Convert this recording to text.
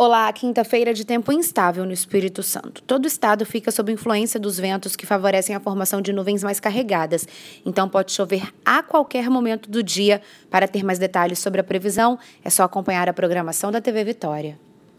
Olá, quinta-feira de tempo instável no Espírito Santo. Todo o estado fica sob influência dos ventos que favorecem a formação de nuvens mais carregadas. Então pode chover a qualquer momento do dia. Para ter mais detalhes sobre a previsão, é só acompanhar a programação da TV Vitória.